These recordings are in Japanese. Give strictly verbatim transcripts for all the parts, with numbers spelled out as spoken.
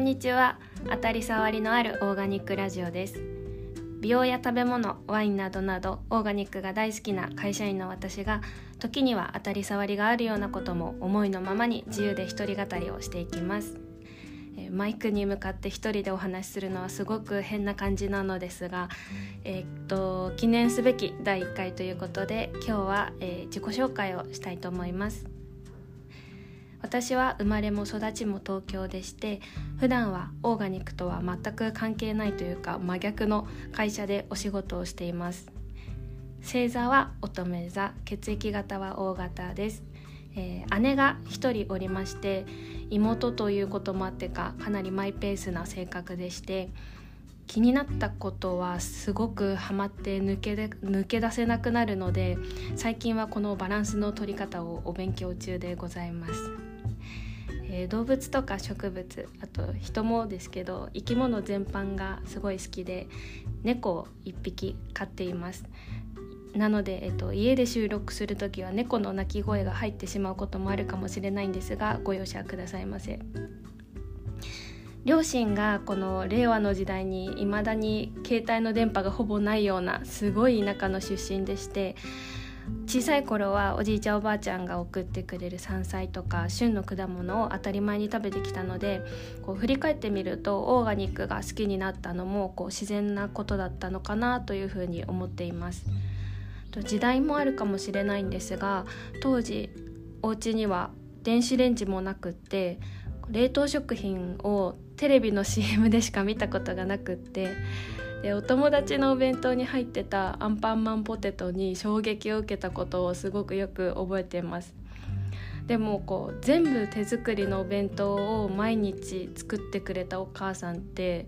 にちは。当たり障りのあるオーガニックラジオです。美容や食べ物、ワインなどなどオーガニックが大好きな会社員の私が、時には当たり障りがあるようなことも思いのままに自由で一人語りをしていきます。マイクに向かって一人でお話しするのはすごく変な感じなのですが、えー、っと記念すべきだいいっかいということで、今日は、えー、自己紹介をしたいと思います。私は生まれも育ちも東京でして、普段はオーガニックとは全く関係ないというか真逆の会社でお仕事をしています。星座は乙女座、血液型は O 型です。えー、姉が一人おりまして、妹ということもあってかかなりマイペースな性格でして、気になったことはすごくハマって抜けで抜け出せなくなるので、最近はこのバランスの取り方をお勉強中でございます。えー、動物とか植物、あと人もですけど、生き物全般がすごい好きで、猫を一匹飼っています。なので、えっと、家で収録するときは猫の鳴き声が入ってしまうこともあるかもしれないんですが、ご容赦くださいませ。両親がこの令和の時代に未だに携帯の電波がほぼないようなすごい田舎の出身でして、小さい頃はおじいちゃんおばあちゃんが送ってくれる山菜とか旬の果物を当たり前に食べてきたので、こう振り返ってみるとオーガニックが好きになったのもこう自然なことだったのかなというふうに思っています。時代もあるかもしれないんですが、当時お家には電子レンジもなくって、冷凍食品をテレビの シーエム でしか見たことがなくって、でお友達のお弁当に入ってたアンパンマンポテトに衝撃を受けたことをすごくよく覚えています。でもこう全部手作りのお弁当を毎日作ってくれたお母さんって、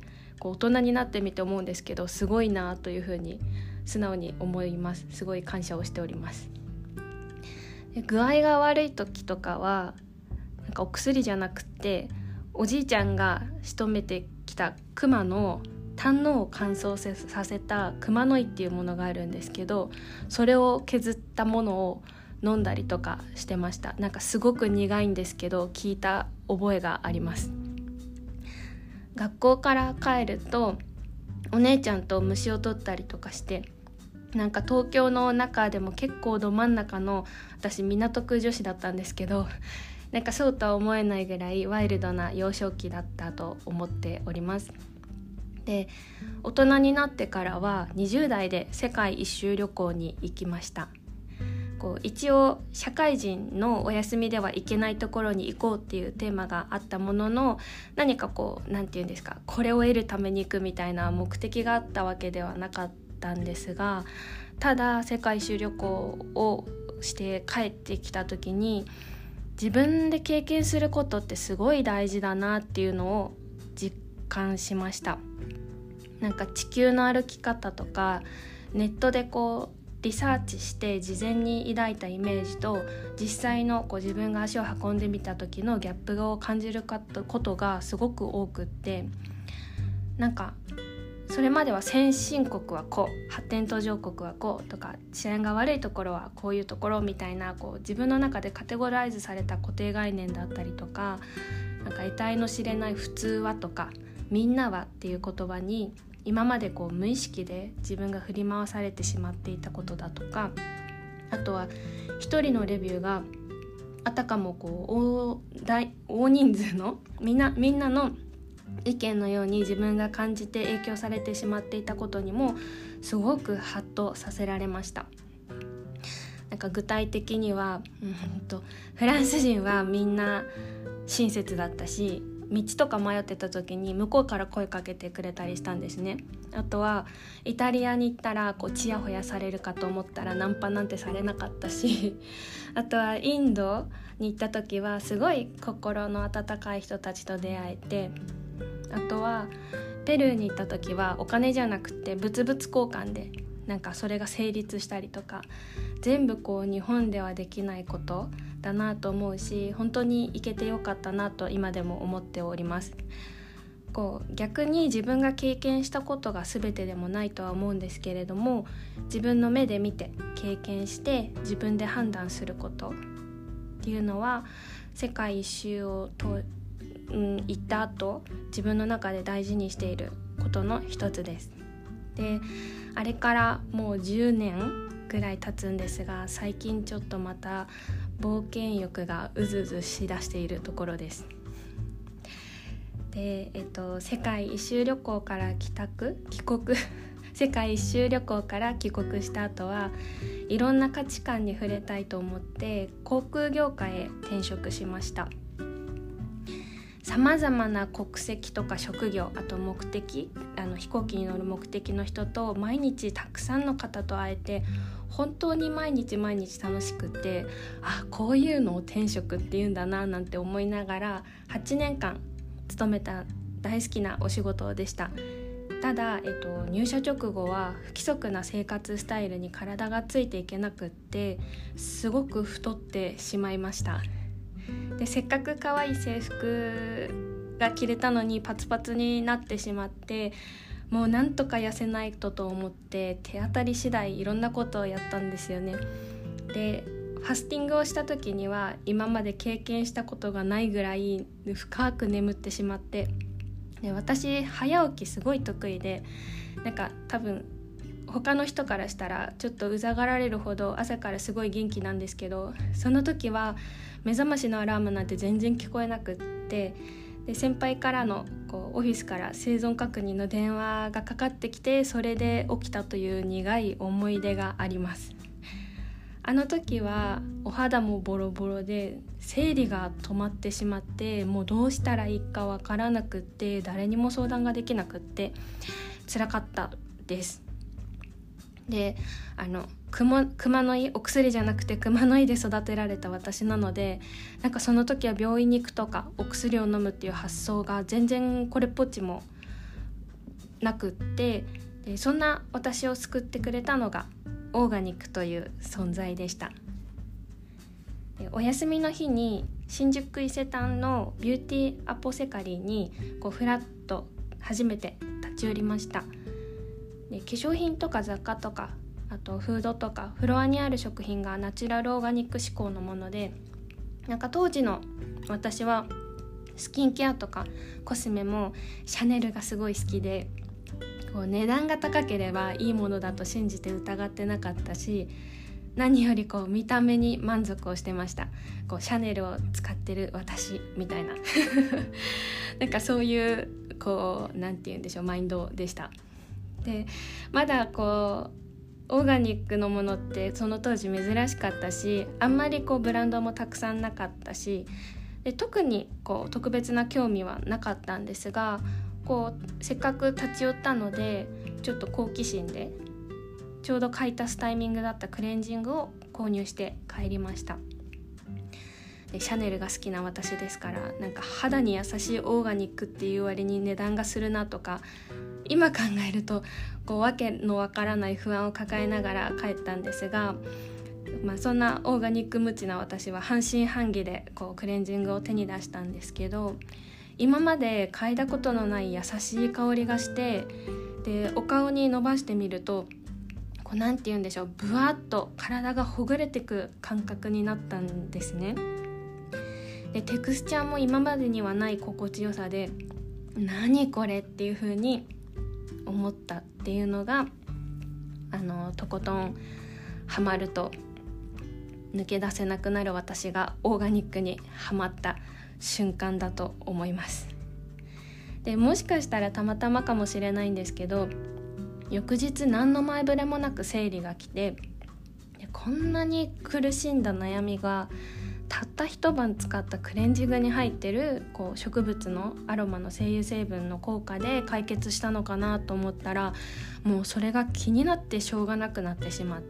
こう大人になってみて思うんですけど、すごいなというふうに素直に思います。すごい感謝をしております。で具合が悪い時とかはなんかお薬じゃなくて、おじいちゃんが仕留めてきた熊の胆のうを乾燥させた熊の胃っていうものがあるんですけど、それを削ったものを飲んだりとかしてました。なんかすごく苦いんですけど、聞いた覚えがあります。学校から帰るとお姉ちゃんと虫を取ったりとかして、なんか東京の中でも結構ど真ん中の、私港区女子だったんですけど、なんかそうとは思えないぐらいワイルドな幼少期だったと思っております。で、大人になってからはにじゅう代で世界一周旅行に行きました。こう一応社会人のお休みでは行けないところに行こうっていうテーマがあったものの、何かこうなんていうんですか、これを得るために行くみたいな目的があったわけではなかったんですが、ただ世界一周旅行をして帰ってきた時に、自分で経験することってすごい大事だなっていうのを実感しました。なんか地球の歩き方とかネットでこうリサーチして事前に抱いたイメージと実際のこう自分が足を運んでみた時のギャップを感じることがすごく多くって、なんかそれまでは先進国はこう、発展途上国はこうとか、治安が悪いところはこういうところみたいな、こう自分の中でカテゴライズされた固定概念だったりとか、なんか得体の知れない普通はとかみんなはっていう言葉に今までこう無意識で自分が振り回されてしまっていたことだとか、あとは一人のレビューがあたかもこう 大, 大, 大人数のみんなみんなの意見のように自分が感じて影響されてしまっていたことにもすごくハッとさせられました。なんか具体的には、うんとフランス人はみんな親切だったし、道とか迷ってた時に向こうから声かけてくれたりしたんですね。あとはイタリアに行ったらこうチヤホヤされるかと思ったらナンパなんてされなかったし、あとはインドに行った時はすごい心の温かい人たちと出会えて、あとはペルーに行った時はお金じゃなくて物々交換でなんかそれが成立したりとか、全部こう日本ではできないことだなと思うし、本当に行けてよかったなと今でも思っております。こう逆に自分が経験したことが全てでもないとは思うんですけれども、自分の目で見て経験して自分で判断することっていうのは世界一周をとうん、行った後自分の中で大事にしていることの一つです。で、あれからもうじゅうねんぐらい経つんですが、最近ちょっとまた冒険欲がうずうずしだしているところです。で、えっと、世界一周旅行から帰宅帰国世界一周旅行から帰国した後はいろんな価値観に触れたいと思って航空業界へ転職しました。さまざまな国籍とか職業、あと目的、あの飛行機に乗る目的の人と毎日たくさんの方と会えて、本当に毎日毎日楽しくって、あ、こういうのを転職っていうんだななんて思いながらはちねんかん勤めた大好きなお仕事でした。ただ、えっと、入社直後は不規則な生活スタイルに体がついていけなくって、すごく太ってしまいました。で、せっかく可愛い制服が着れたのにパツパツになってしまって、もうなんとか痩せないとと思って手当たり次第いろんなことをやったんですよね。で、ファスティングをした時には今まで経験したことがないぐらい深く眠ってしまって、で、私早起きすごい得意で、なんか多分他の人からしたらちょっとうざがられるほど朝からすごい元気なんですけど、その時は目覚ましのアラームなんて全然聞こえなくって、で、先輩からのこうオフィスから生存確認の電話がかかってきて、それで起きたという苦い思い出があります。あの時はお肌もボロボロで生理が止まってしまって、もうどうしたらいいかわからなくって、誰にも相談ができなくって辛かったです。で、あの熊、熊の胃、お薬じゃなくて熊の胃で育てられた私なので、なんかその時は病院に行くとかお薬を飲むっていう発想が全然これっぽっちもなくって、で、そんな私を救ってくれたのがオーガニックという存在でした。で、お休みの日に新宿伊勢丹のビューティーアポセカリーにこうフラッと初めて立ち寄りました。で、化粧品とか雑貨とか、あとフードとかフロアにある食品がナチュラルオーガニック志向のもので、なんか当時の私はスキンケアとかコスメもシャネルがすごい好きで、こう値段が高ければいいものだと信じて疑ってなかったし、何よりこう見た目に満足をしてました。こうシャネルを使ってる私みたいななんかそういうこうなんて言うんでしょう、マインドでした。で、まだこうオーガニックのものってその当時珍しかったし、あんまりこうブランドもたくさんなかったし、で、特にこう特別な興味はなかったんですが、こうせっかく立ち寄ったのでちょっと好奇心でちょうど買い足すタイミングだったクレンジングを購入して帰りました。で、シャネルが好きな私ですから、なんか肌に優しいオーガニックっていう割に値段がするなとか、今考えるとこうわけのわからない不安を抱えながら帰ったんですが、まあ、そんなオーガニック無知な私は半信半疑でこうクレンジングを手に出したんですけど、今まで嗅いだことのない優しい香りがして、で、お顔に伸ばしてみるとこうなんて言うんでしょう、ブワッと体がほぐれてく感覚になったんですね。で、テクスチャーも今までにはない心地よさで、何これっていう風に思ったっていうのが、あのとことんハマると抜け出せなくなる私がオーガニックにハマった瞬間だと思います。で、もしかしたらたまたまかもしれないんですけど、翌日何の前触れもなく生理が来て、で、こんなに苦しんだ悩みがたった一晩使ったクレンジングに入ってるこう植物のアロマの精油成分の効果で解決したのかなと思ったら、もうそれが気になってしょうがなくなってしまって、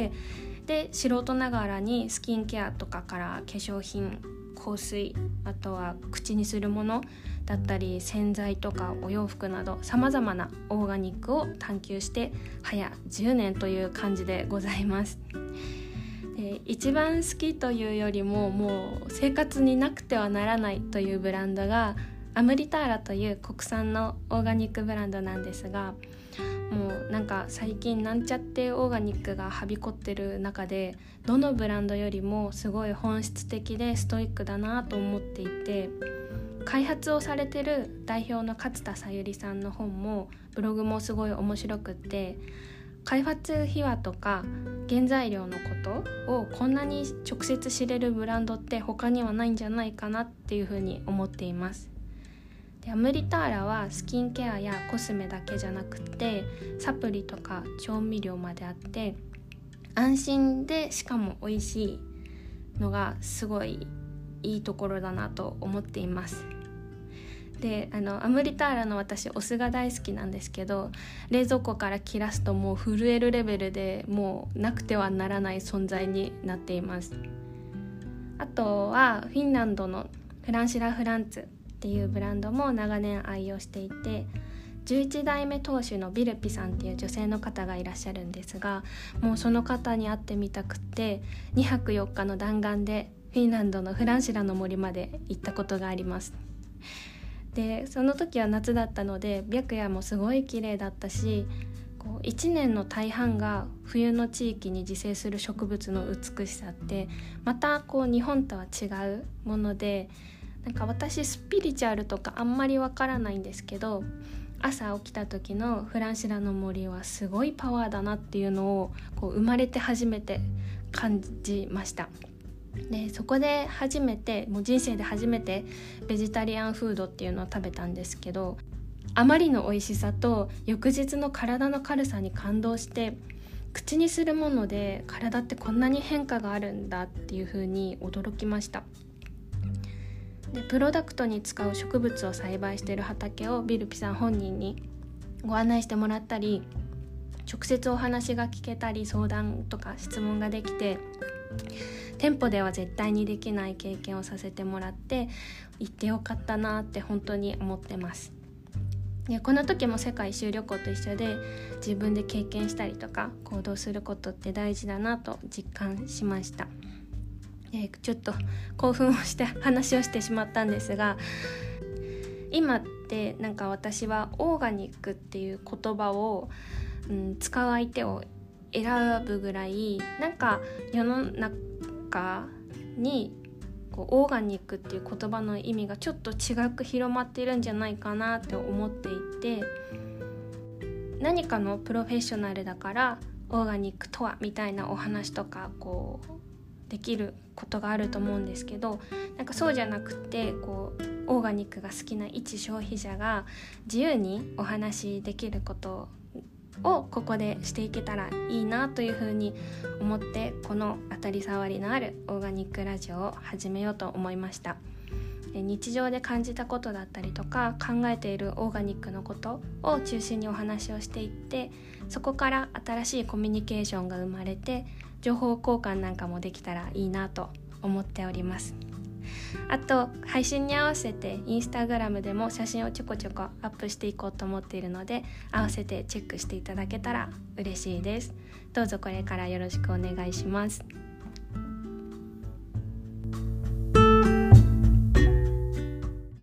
で、素人ながらにスキンケアとかから化粧品、香水、あとは口にするものだったり洗剤とかお洋服などさまざまなオーガニックを探求して早じゅうねんという感じでございます。で、一番好きというよりももう生活になくてはならないというブランドがアムリターラという国産のオーガニックブランドなんですが、もうなんか最近なんちゃってオーガニックがはびこってる中で、どのブランドよりもすごい本質的でストイックだなと思っていて、 開発をされてる代表の勝田さゆりさんの本もブログもすごい面白くって、開発秘話とか原材料のことをこんなに直接知れるブランドって他にはないんじゃないかなっていうふうに思っています。でアムリターラはスキンケアやコスメだけじゃなくてサプリとか調味料まであって、安心でしかも美味しいのがすごいいいところだなと思っています。であのアムリターラの私お酢が大好きなんですけど、冷蔵庫から切らすともう震えるレベルでもうなくてはならない存在になっています。あとはフィンランドのフランシラ・フランツっていうブランドも長年愛用していて、じゅういち代目当主のビルピさんっていう女性の方がいらっしゃるんですが、もうその方に会ってみたくってにはくよっかの弾丸でフィンランドのフランシラの森まで行ったことがあります。でその時は夏だったので白夜もすごい綺麗だったし、こういちねんの大半が冬の地域に自生する植物の美しさってまたこう日本とは違うもので、なんか私スピリチュアルとかあんまりわからないんですけど、朝起きた時のフランシラの森はすごいパワーだなっていうのをこう生まれて初めて感じました。でそこで初めてもう人生で初めてベジタリアンフードっていうのを食べたんですけど、あまりの美味しさと翌日の体の軽さに感動して、口にするもので体ってこんなに変化があるんだっていう風に驚きました。でプロダクトに使う植物を栽培している畑をビルピさん本人にご案内してもらったり、直接お話が聞けたり相談とか質問ができて、店舗では絶対にできない経験をさせてもらって行ってよかったなって本当に思ってます。でこの時も世界一周旅行と一緒で自分で経験したりとか行動することって大事だなと実感しました。でちょっと興奮をして話をしてしまったんですが、今ってなんか私はオーガニックっていう言葉を、うん、使う相手を選ぶぐらいなんか世の中にこうオーガニックっていう言葉の意味がちょっと違く広まっているんじゃないかなって思っていて、何かのプロフェッショナルだからオーガニックとはみたいなお話とかこうできることがあると思うんですけど、なんかそうじゃなくてこうオーガニックが好きな一消費者が自由にお話できることをここでしていけたらいいなというふうに思って、この当たり障りのあるオーガニックラジオを始めようと思いました。日常で感じたことだったりとか考えているオーガニックのことを中心にお話をしていって、そこから新しいコミュニケーションが生まれて情報交換なんかもできたらいいなと思っております。あと配信に合わせてインスタグラムでも写真をちょこちょこアップしていこうと思っているので、合わせてチェックしていただけたら嬉しいです。どうぞこれからよろしくお願いします。